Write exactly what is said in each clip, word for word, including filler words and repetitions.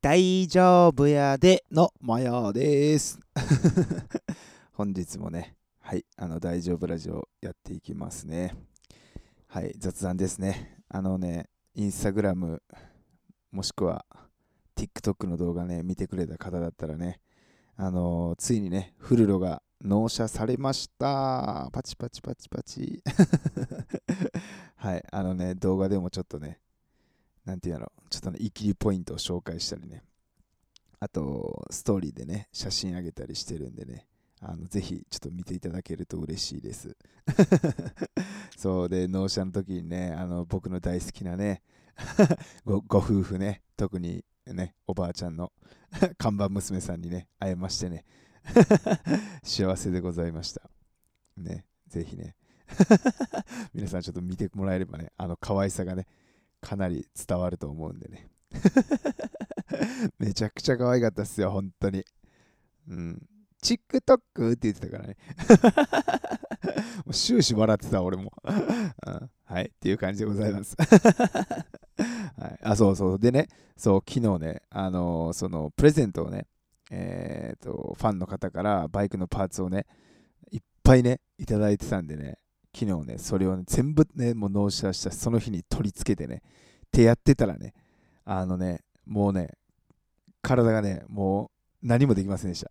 大丈夫やでのマヤです。本日もね、はい、あの大丈夫ラジオやっていきますね。はい、雑談ですね。あのね、インスタグラムもしくは TikTok の動画ね、見てくれた方だったらね、あのーついにね、フルロが納車されました。パチパチパチパチ。はい、あのね、動画でもちょっとね、なんていうの、ちょっとね、イキリポイントを紹介したりね、あと、ストーリーでね、写真あげたりしてるんでね、あのぜひちょっと見ていただけると嬉しいです。そうで、納車の時にね、あの僕の大好きなねご、ご夫婦ね、特にね、おばあちゃんの看板娘さんにね、会えましてね、幸せでございました。ね、ぜひね、皆さんちょっと見てもらえればね、あの可愛さがね、かなり伝わると思うんでね。めちゃくちゃ可愛かったっすよ、本当に。うん。チックトックって言ってたからね。もう終始笑ってた、俺も。うん、はい、っていう感じでございます。はい、あ、そうそう。でね、そう、昨日ね、あのーそのプレゼントをね、えーと、ファンの方からバイクのパーツをね、いっぱいね、いただいてたんでね、昨日ね、それをね、全部ね、もう納車したその日に取り付けてね、ってやってたらね、あのね、もうね、体がね、もう何もできませんでした。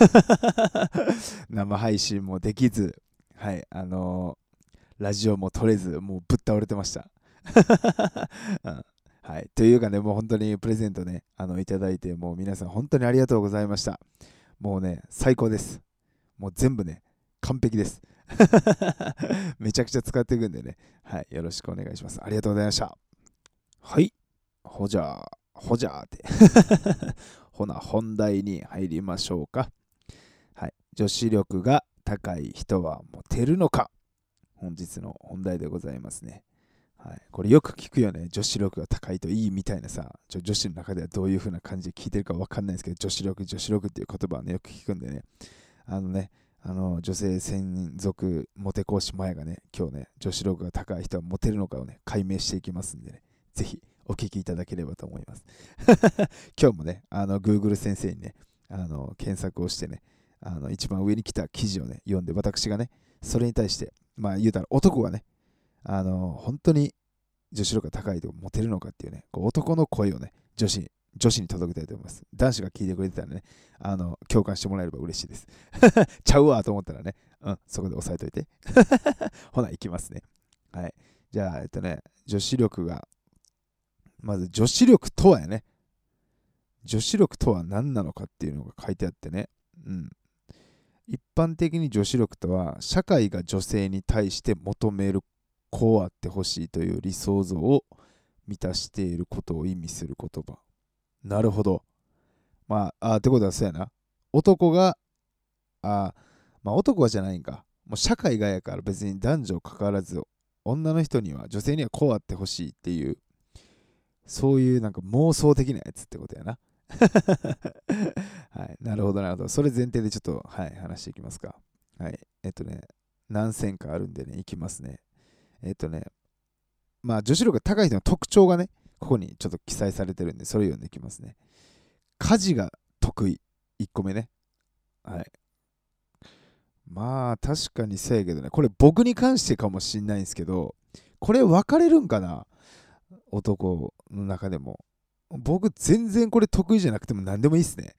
生配信もできず、はい、あのーラジオも撮れず、もうぶっ倒れてました。うん、はい、というかね、もう本当にプレゼントね、あのいただいて、もう皆さん本当にありがとうございました。もうね、最高です。もう全部ね、完璧です。めちゃくちゃ使っていくんでね、はい、よろしくお願いします。ありがとうございました。はい、ほじゃー、ほじゃーって。ほな、本題に入りましょうか。はい、女子力が高い人はモテるのか。本日の本題でございますね。はい、これよく聞くよね。女子力が高いといいみたいなさ、ちょ女子の中ではどういう風な感じで聞いてるかわかんないですけど、女子力、女子力っていう言葉はね、よく聞くんでね。あのね、あの女性専属モテ講師前がね、今日ね、女子力が高い人はモテるのかをね、解明していきますんでね、ぜひお聞きいただければと思います。今日もね、あの Google 先生にね、あの検索をしてね、あの一番上に来た記事をね、読んで、私がね、それに対して、まあ言うたら男がね、あの本当に女子力が高いとモテるのかっていうね、こう男の声をね、女子に、女子に届けたいと思います。男子が聞いてくれてたらね、あの、共感してもらえれば嬉しいです。ちゃうわと思ったらね、うん、そこで押さえといて。ほな、行きますね。はい。じゃあ、えっとね、女子力が、まず女子力とはやね、女子力とは何なのかっていうのが書いてあってね、うん。一般的に女子力とは、社会が女性に対して求めるこうあってほしいという理想像を満たしていることを意味する言葉。なるほど。まあ、あってことはそうやな。男が、あまあ男はじゃないんか。もう社会がやから別に男女関わらず、女の人には、女性にはこうあってほしいっていう、そういうなんか妄想的なやつってことやな。はい。なるほど、なるほど。それ前提でちょっと、はい、話していきますか。はい。えっとね、何選かあるんでね、いきますね。えっとね、まあ女子力が高い人の特徴がね、ここにちょっと記載されてるんで、それを読んでいきますね。家事が得意。いっこめね。はい。まあ、確かにそうやけどね。これ僕に関してかもしんないんですけど、これ分かれるんかな、男の中でも。僕全然これ得意じゃなくても何でもいいっすね。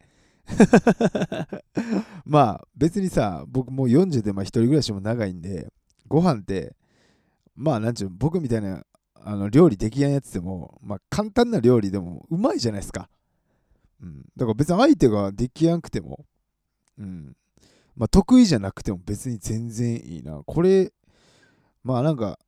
まあ別にさ、僕もうよんじゅうでまあ一人暮らしも長いんで、ご飯って、まあなんちゅう、僕みたいなあの料理できやんやつでも、まあ簡単な料理でもうまいじゃないですか。うん。だから別に相手ができやんくても、うん。まあ得意じゃなくても別に全然いいな。これ、まあなんか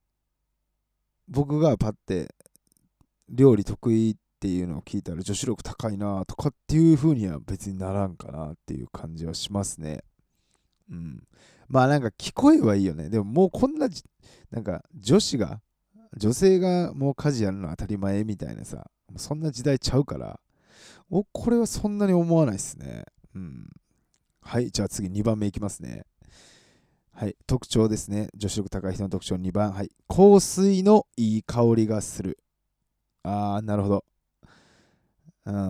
僕がパッて料理得意っていうのを聞いたら女子力高いなとかっていう風には別にならんかなっていう感じはしますね。うん。まあなんか聞こえはいいよね。でももうこんなじ、なんか女子が、女性がもう家事やるのは当たり前みたいなさ、そんな時代ちゃうから、お、これはそんなに思わないっすね。うん。はい、じゃあ次にばんめいきますね。はい、特徴ですね。女子力高い人の特徴にばん。はい、香水のいい香りがする。あー、なるほど。うー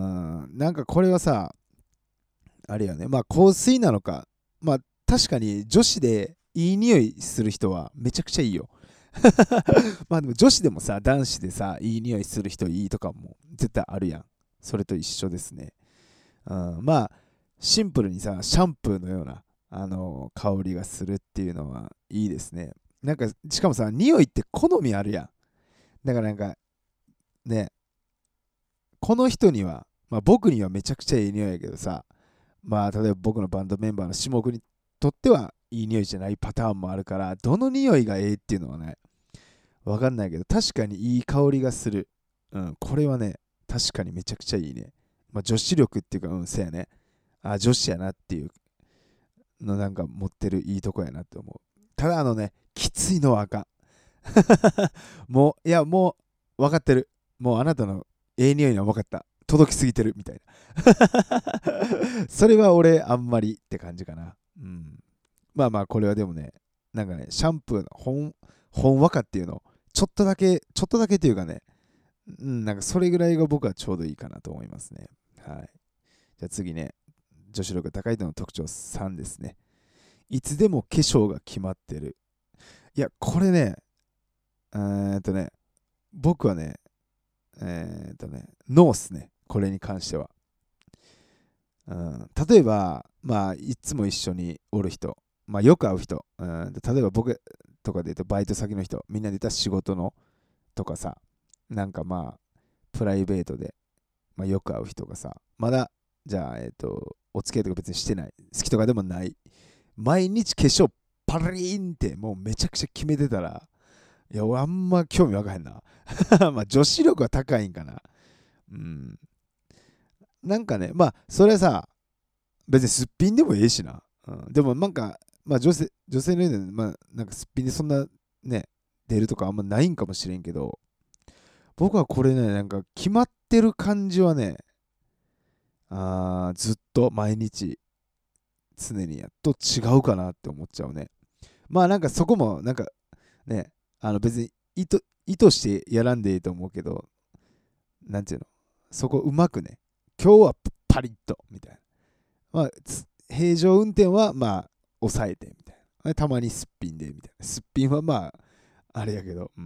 ん、なんかこれはさ、あれやね、まあ香水なのか、まあ確かに女子でいい匂いする人はめちゃくちゃいいよ。まあでも女子でもさ、男子でさ、いい匂いする人いいとかも絶対あるやん。それと一緒ですね。うん、まあ、シンプルにさ、シャンプーのような、あの香りがするっていうのはいいですね。なんか、しかもさ、匂いって好みあるやん。だからなんか、ね、この人には、まあ僕にはめちゃくちゃいい匂いやけどさ、まあ例えば僕のバンドメンバーの下國にとってはいい匂いじゃないパターンもあるから、どの匂いがええっていうのはね、わかんないけど、確かにいい香りがする。うん、これはね、確かにめちゃくちゃいいね。まあ女子力っていうか、うん、そうやね。あ、女子やなっていうのなんか持ってるいいとこやなって思う。ただあのね、きついのはあかん。もう、いや、もう分かってる。もうあなたのええ匂いには分かった。届きすぎてるみたいな。それは俺あんまりって感じかな。うん。まあまあ、これはでもね、なんかね、シャンプーのほん、ほんわかっていうの、ちょっとだけ、ちょっとだけっていうかね、うん、なんかそれぐらいが僕はちょうどいいかなと思いますね。はい。じゃあ次ね、女子力が高い人の特徴さんですね。いつでも化粧が決まってる。いや、これね、えーっとね、僕はね、えーっとね、ノーっすね。これに関しては。うん、例えば、まあ、いつも一緒におる人、まあ、よく会う人、うん、例えば僕とかで言うとバイト先の人、みんなで言ったら仕事のとかさ、なんかまあ、プライベートで、まあ、よく会う人がさ、まだ、じゃあ、えっ、と、お付き合いとか別にしてない、好きとかでもない、毎日化粧パリーンってもうめちゃくちゃ決めてたら、いや、俺あんま興味わかへんな。まあ、女子力は高いんかな。うん。なんかね、まあ、それはさ、別にすっぴんでもええしな。うん、でもなんか、まあ女性、女性の家で、まあなんかすっぴんでそんなね、出るとかあんまないんかもしれんけど、僕はこれね、なんか決まってる感じはね、あーずっと毎日常にやっと違うかなって思っちゃうね。まあなんかそこもなんかね、あの別に意図意図してやらんでいいと思うけど、なんていうの、そこうまくね、今日はパリッとみたいな。まあ、平常運転はまあ抑えてみたいな。たまにすっぴんでみたいな。すっぴんはまああれやけど、うん。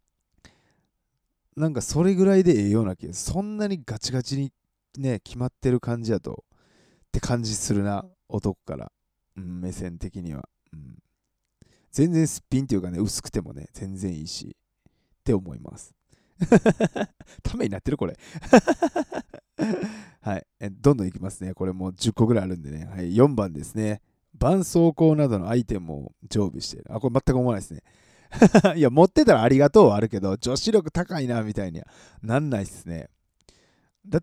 なんかそれぐらいでええような気がする。そんなにガチガチにね、決まってる感じやとって感じするな、男から。うん、目線的には。うん、全然すっぴんっていうかね、薄くてもね、全然いいしって思います。ためになってるこれ。はい。えどんどんいきますね。これもうじゅっこぐらいあるんでね。はい。よんばんですね。絆創膏などのアイテムを常備している。あ、これ全く思わないですね。いや、持ってたらありがとうはあるけど、女子力高いな、みたいにはなんないっすね。だって、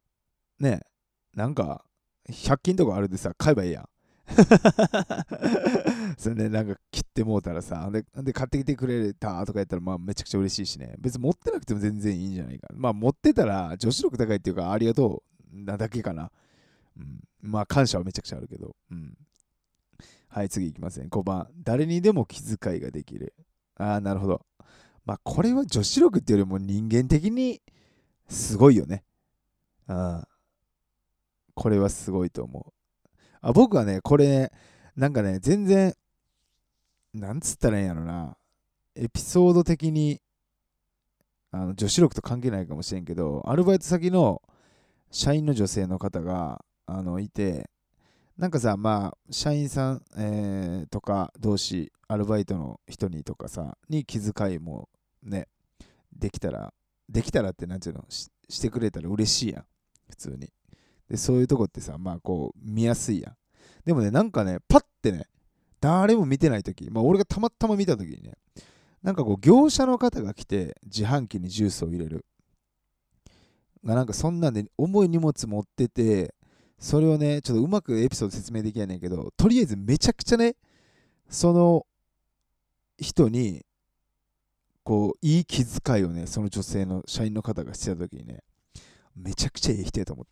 ね、なんか、ひゃく均とかあるでさ、買えばいいやん。それで、なんか切ってもうたらさ、で、で買ってきてくれたとか言ったら、まあめちゃくちゃ嬉しいしね。別に持ってなくても全然いいんじゃないか。まあ持ってたら女子力高いっていうか、ありがとうなだけかな。うん、まあ感謝はめちゃくちゃあるけど。うん、はい、次いきますね。ごばん。誰にでも気遣いができる。ああ、なるほど。まあこれは女子力っていうよりも人間的にすごいよね。ああ、これはすごいと思う。あ、僕はね、これね、なんかね、全然、なんつったらいいんやろな。エピソード的にあの女子力と関係ないかもしれんけど、アルバイト先の社員の女性の方があのいて、なんかさ、まあ、社員さん、えーとか同士、アルバイトの人にとかさ、に気遣いもね、できたら、できたらってなんていうの、し、してくれたら嬉しいやん、普通に。で、そういうとこってさ、まあこう、見やすいやん。でもね、なんかね、パッてね、誰も見てないとき、まあ俺がたまたま見たときにね、なんかこう、業者の方が来て、自販機にジュースを入れる。がなんかそんなんで重い荷物持ってて、それをね、ちょっとうまくエピソード説明できないねんけど、とりあえずめちゃくちゃね、その人に、こう、いい気遣いをね、その女性の社員の方がしてた時にね、めちゃくちゃいい人やと思った。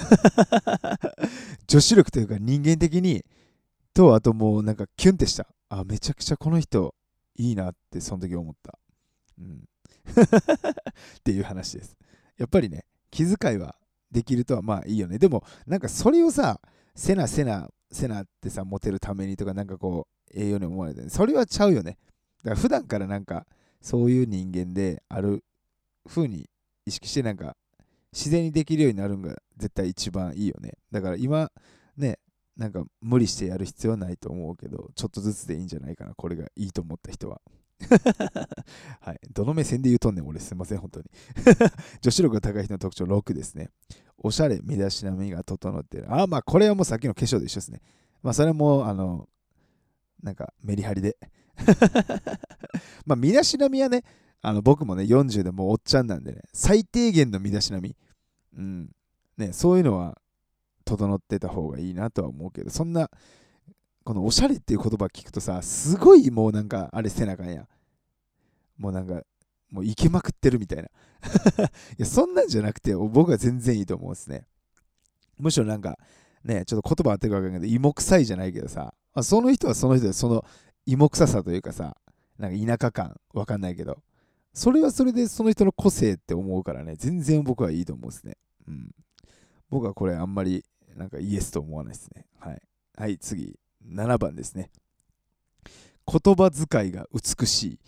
女子力というか人間的に、と、あともうなんかキュンってした。あ、めちゃくちゃこの人いいなってその時思った。うん。っていう話です。やっぱりね、気遣いはできるとはまあいいよね。でも、なんかそれをさ、せなせな、せなってさ、モテるためにとか、なんかこう、栄養に思われて、それはちゃうよね。だから普段からなんか、そういう人間である風に意識して、なんか、自然にできるようになるのが絶対一番いいよね。だから今、ね、なんか無理してやる必要はないと思うけど、ちょっとずつでいいんじゃないかな、これがいいと思った人は。はい。どの目線で言うとんねん、俺すいません、本当に。女子力が高い人の特徴ろくですね。おしゃれ、身だしなみが整っている。あ、まあ、これはもうさっきの化粧で一緒ですね。まあ、それも、あの、なんか、メリハリで。まあ、身だしなみはね、あの僕もね、よんじゅうでもうおっちゃんなんでね、最低限の身だしなみ、うん、ね、そういうのは整ってた方がいいなとは思うけど、そんな、このおしゃれっていう言葉聞くとさ、すごいもうなんか、あれ背中や。もうなんか、もういけまくってるみたいな。いや、そんなんじゃなくて、僕は全然いいと思うんですね。むしろなんか、ね、ちょっと言葉合ってるか分かんないけど、芋臭いじゃないけどさ、まあ、その人はその人で、その芋臭さというかさ、なんか田舎感、分かんないけど、それはそれでその人の個性って思うからね、全然僕はいいと思うんですね。うん。僕はこれあんまりなんかイエスと思わないですね。はい。はい、次、ななばんですね。言葉遣いが美しい。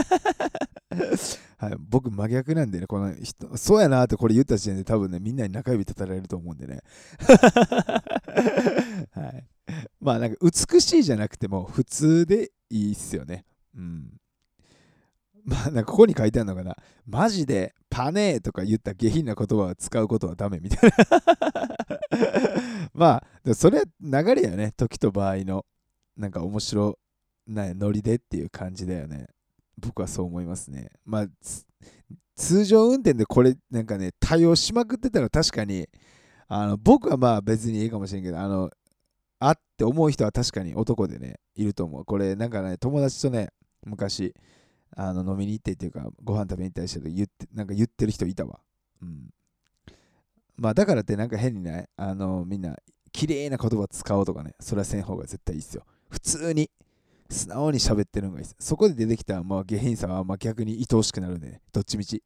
はい、僕真逆なんでね、この人、そうやなってこれ言った時点で多分ね、みんなに中指立てられると思うんでね。はい。まあなんか美しいじゃなくても普通でいいっすよね。うん。まあなんかここに書いてあるのかな。マジでパネーとか言った下品な言葉を使うことはダメみたいな。まあ、それは流れやね。時と場合の。なんか面白なノリでっていう感じだよね。僕はそう思いますね。まあ、通常運転でこれなんかね、対応しまくってたら確かに、あの僕はまあ別にいいかもしれんけど、あの、あって思う人は確かに男でね、いると思う。これなんかね、友達とね、昔、あの飲みに行ってっていうか、ご飯食べに行ったりしてる言って、なんか言ってる人いたわ。うん。まあだからってなんか変にね、あのみんな、綺麗な言葉使おうとかね、それはせん方が絶対いいっすよ。普通に、素直に喋ってるのがいいです。そこで出てきた、まあ、下品さはまあ逆に愛おしくなるんでね、どっちみち。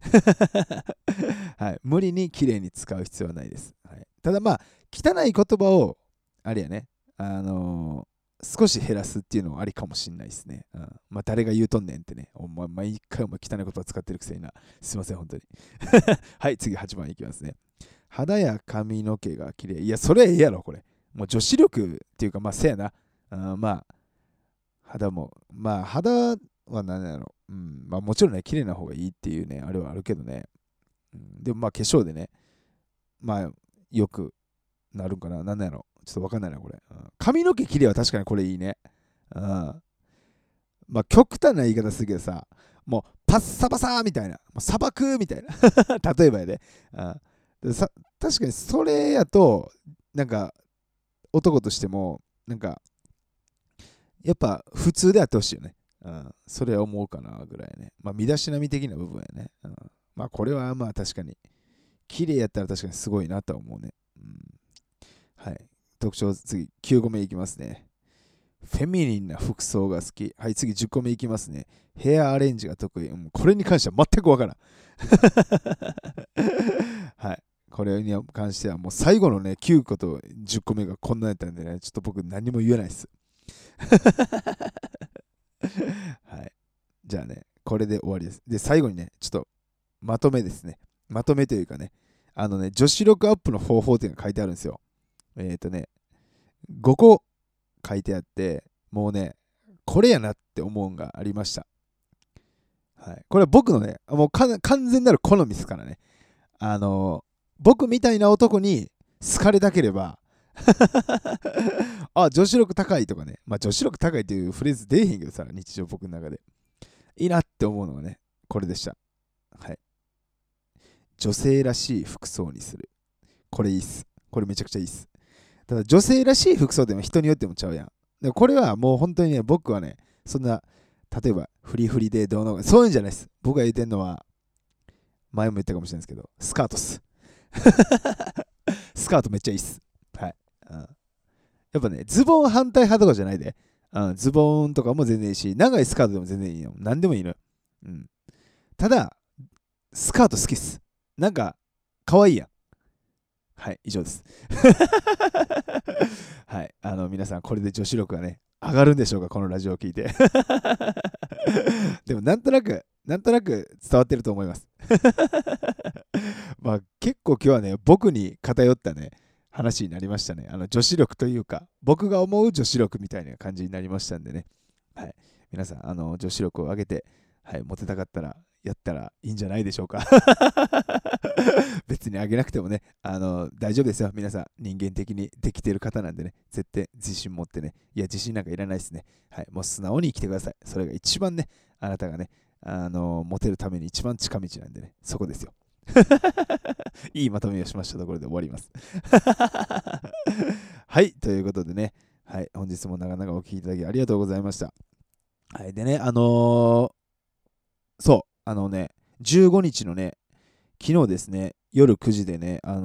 はい、無理に綺麗に使う必要はないです。はい、ただまあ、汚い言葉を、あれやね、あのー、少し減らすっていうのはありかもしんないですね。うん、まあ、誰が言うとんねんってね、お前毎回お前汚い言葉使ってるくせにな。すいません、本当に。はい、次はちばんいきますね。肌や髪の毛が綺麗。いや、それええやろ、これ。もう女子力っていうか、まあ、せやな。あまあ、肌も、まあ肌は何やろ、うん、まあもちろんね、綺麗な方がいいっていうね、あれはあるけどね、うん、でもまあ化粧でね、まあよくなるんかな、なんなんやろ、ちょっとわかんないな、これ。うん、髪の毛綺麗は確かにこれいいね。うん、まあ極端な言い方するけどさ、もうパッサパサーみたいな、もう砂漠みたいな、例えばやで、うん、さ確かにそれやと、なんか男としても、なんかやっぱ普通であってほしいよね。うん、それは思うかなぐらいね。まあ、身だしなみ的な部分やね。うん、まあ、これはまあ確かに、綺麗やったら確かにすごいなとは思うね。うん、はい。特徴、次、きゅうこめいきますね。フェミニンな服装が好き。はい、次じゅっこめいきますね。ヘアアレンジが得意。うん、これに関しては全くわからん。はい。これに関してはもう最後のね、きゅうことじゅっこめがこんなんやったんでね、ちょっと僕何も言えないです。はい。じゃあね、これで終わりです。で、最後にね、ちょっとまとめですね。まとめというかね、あのね、女子力アップの方法っていうのが書いてあるんですよ。えっ、ー、とね、ごこ書いてあって、もうね、これやなって思うんがありました。はい。これは僕のね、もう完全なる好みですからね。あのー僕みたいな男に好かれたければあ、女子力高いとかね。まあ女子力高いっていうフレーズ出えへんけどさ、日常僕の中で。いいなって思うのはね、これでした。はい。女性らしい服装にする。これいいっす。これめちゃくちゃいいっす。ただ女性らしい服装でも人によってもちゃうやん。でこれはもう本当にね、僕はね、そんな、例えばフリフリでどうの、そういうんじゃないです。僕が言ってんのは、前も言ったかもしれないですけど、スカートっす。スカートめっちゃいいっす。はい。うん、やっぱね、ズボン反対派とかじゃないで。うん、ズボンとかも全然いいし、長いスカートでも全然いいよ。何でもいいのよ。うん。ただ、スカート好きっす。なんか、可愛いやん。 はい、以上です。はい、あの皆さん、これで女子力がね、上がるんでしょうか、このラジオを聞いて。でも、なんとなく、なんとなく伝わってると思います。まあ、結構今日はね、僕に偏ったね、話になりましたね。あの女子力というか、僕が思う女子力みたいな感じになりましたんでね。はい、皆さん、あの女子力を上げて、はい、モテたかったら、やったらいいんじゃないでしょうか。別にあげなくてもね、あの大丈夫ですよ。皆さん、人間的にできてる方なんでね、絶対自信持ってね。いや、自信なんかいらないですね。はい、もう素直に生きてください。それが一番ね、あなたがね、あのモテるために一番近道なんでね、そこですよ。いいまとめをしましたところで終わります。はい、ということでね、はい、本日もなかなかお聞きいただきありがとうございました。はい、でね、あのーそう、あのね、じゅうごにちのね、昨日ですね、夜くじでね、あ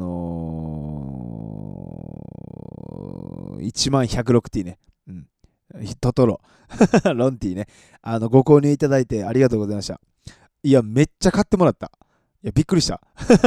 のー、いちまんひゃくろくティーね、うん、トトロ、ロンティーね、あのご購入いただいてありがとうございました。いや、めっちゃ買ってもらった。いや、びっくりした。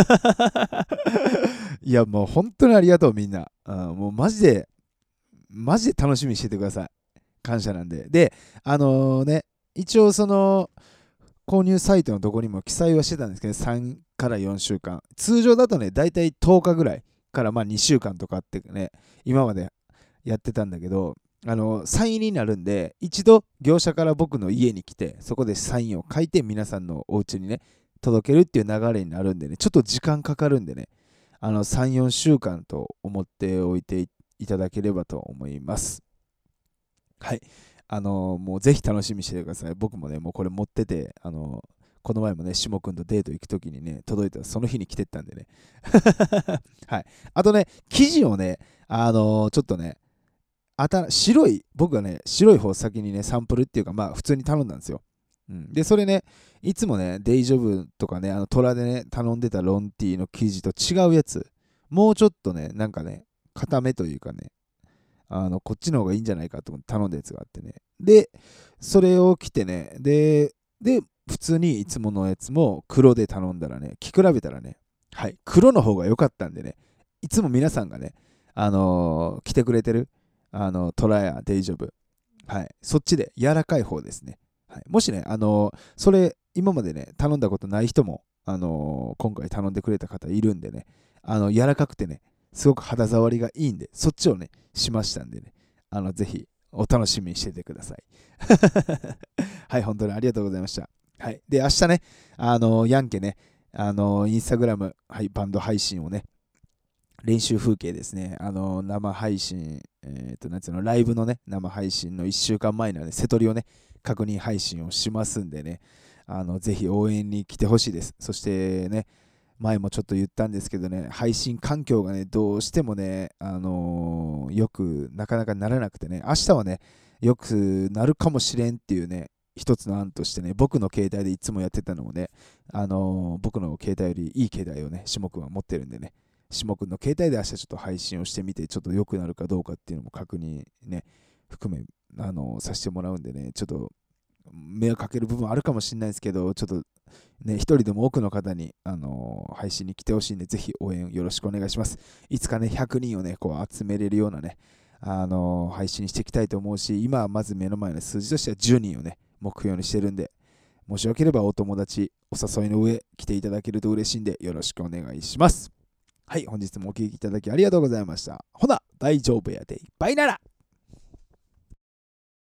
いや、もう本当にありがとう、みんな。うん、もうマジで、マジで楽しみにしててください。感謝なんで。で、あのーね、一応その、購入サイトのとこにも記載はしてたんですけど、さんからよんしゅうかん。通常だとね、だいたいとおかぐらいからまあにしゅうかんとかってね、今までやってたんだけど、あの、サインになるんで、一度業者から僕の家に来て、そこでサインを書いて皆さんのお家にね、届けるっていう流れになるんでね、ちょっと時間かかるんでね、あの、さん、よんしゅうかんと思っておいていただければと思います。はい。あのーもうぜひ楽しみにしててください。僕もね、もうこれ持ってて、あのーこの前もね、しもくんとデート行くときにね、届いたらその日に来てったんでね。はい。あとね、生地をね、あのーちょっとね、あた白い、僕がね、白い方先にね、サンプルっていうか、まあ、普通に頼んだんですよ。うん、で、それね、いつもね、デイジョブとかね、あの、トラでね、頼んでたロンティーの生地と違うやつ、もうちょっとね、なんかね、固めというかね、あの、こっちの方がいいんじゃないかと思って頼んだやつがあってね。で、それを着てね、で、で、普通にいつものやつも黒で頼んだらね、着比べたらね、はい、黒の方が良かったんでね、いつも皆さんがね、あのー着てくれてる、あの、トラやデイジョブ、はい、そっちで柔らかい方ですね。はい、もしね、あのーそれ、今までね、頼んだことない人も、あのー今回頼んでくれた方いるんでね、あの、柔らかくてね、すごく肌触りがいいんで、そっちをね、しましたんでね、あの、ぜひお楽しみにしててください。はい、本当にありがとうございました。はい。で、明日ね、あの、ヤンケね、あの、インスタグラム、はい、バンド配信をね、練習風景ですね、あの、生配信、えっ、と、なんつうの、ライブのね、生配信のいっしゅうかんまえのね、瀬取りをね、確認配信をしますんでね、あの、ぜひ応援に来てほしいです。そしてね、前もちょっと言ったんですけどね、配信環境がね、どうしてもね、あのーよくなかなかならなくてね、明日はね、よくなるかもしれんっていうね、一つの案としてね、僕の携帯でいつもやってたのをね、あのー僕の携帯よりいい携帯をね、しもくんは持ってるんでね、しもくんの携帯で明日ちょっと配信をしてみて、ちょっと良くなるかどうかっていうのも確認ね、含め、あのーさせてもらうんでね、ちょっと迷惑かける部分あるかもしれないですけど、ちょっとね、一人でも多くの方に、あのー配信に来てほしいんで、ぜひ応援よろしくお願いします。いつかね、ひゃくにんをね、こう集めれるようなね、あのー配信していきたいと思うし、今はまず目の前の数字としてはじゅうにんをね、目標にしてるんで、もしよければお友達、お誘いの上、来ていただけると嬉しいんで、よろしくお願いします。はい、本日もお聴きいただきありがとうございました。ほな、大丈夫やで。バイなら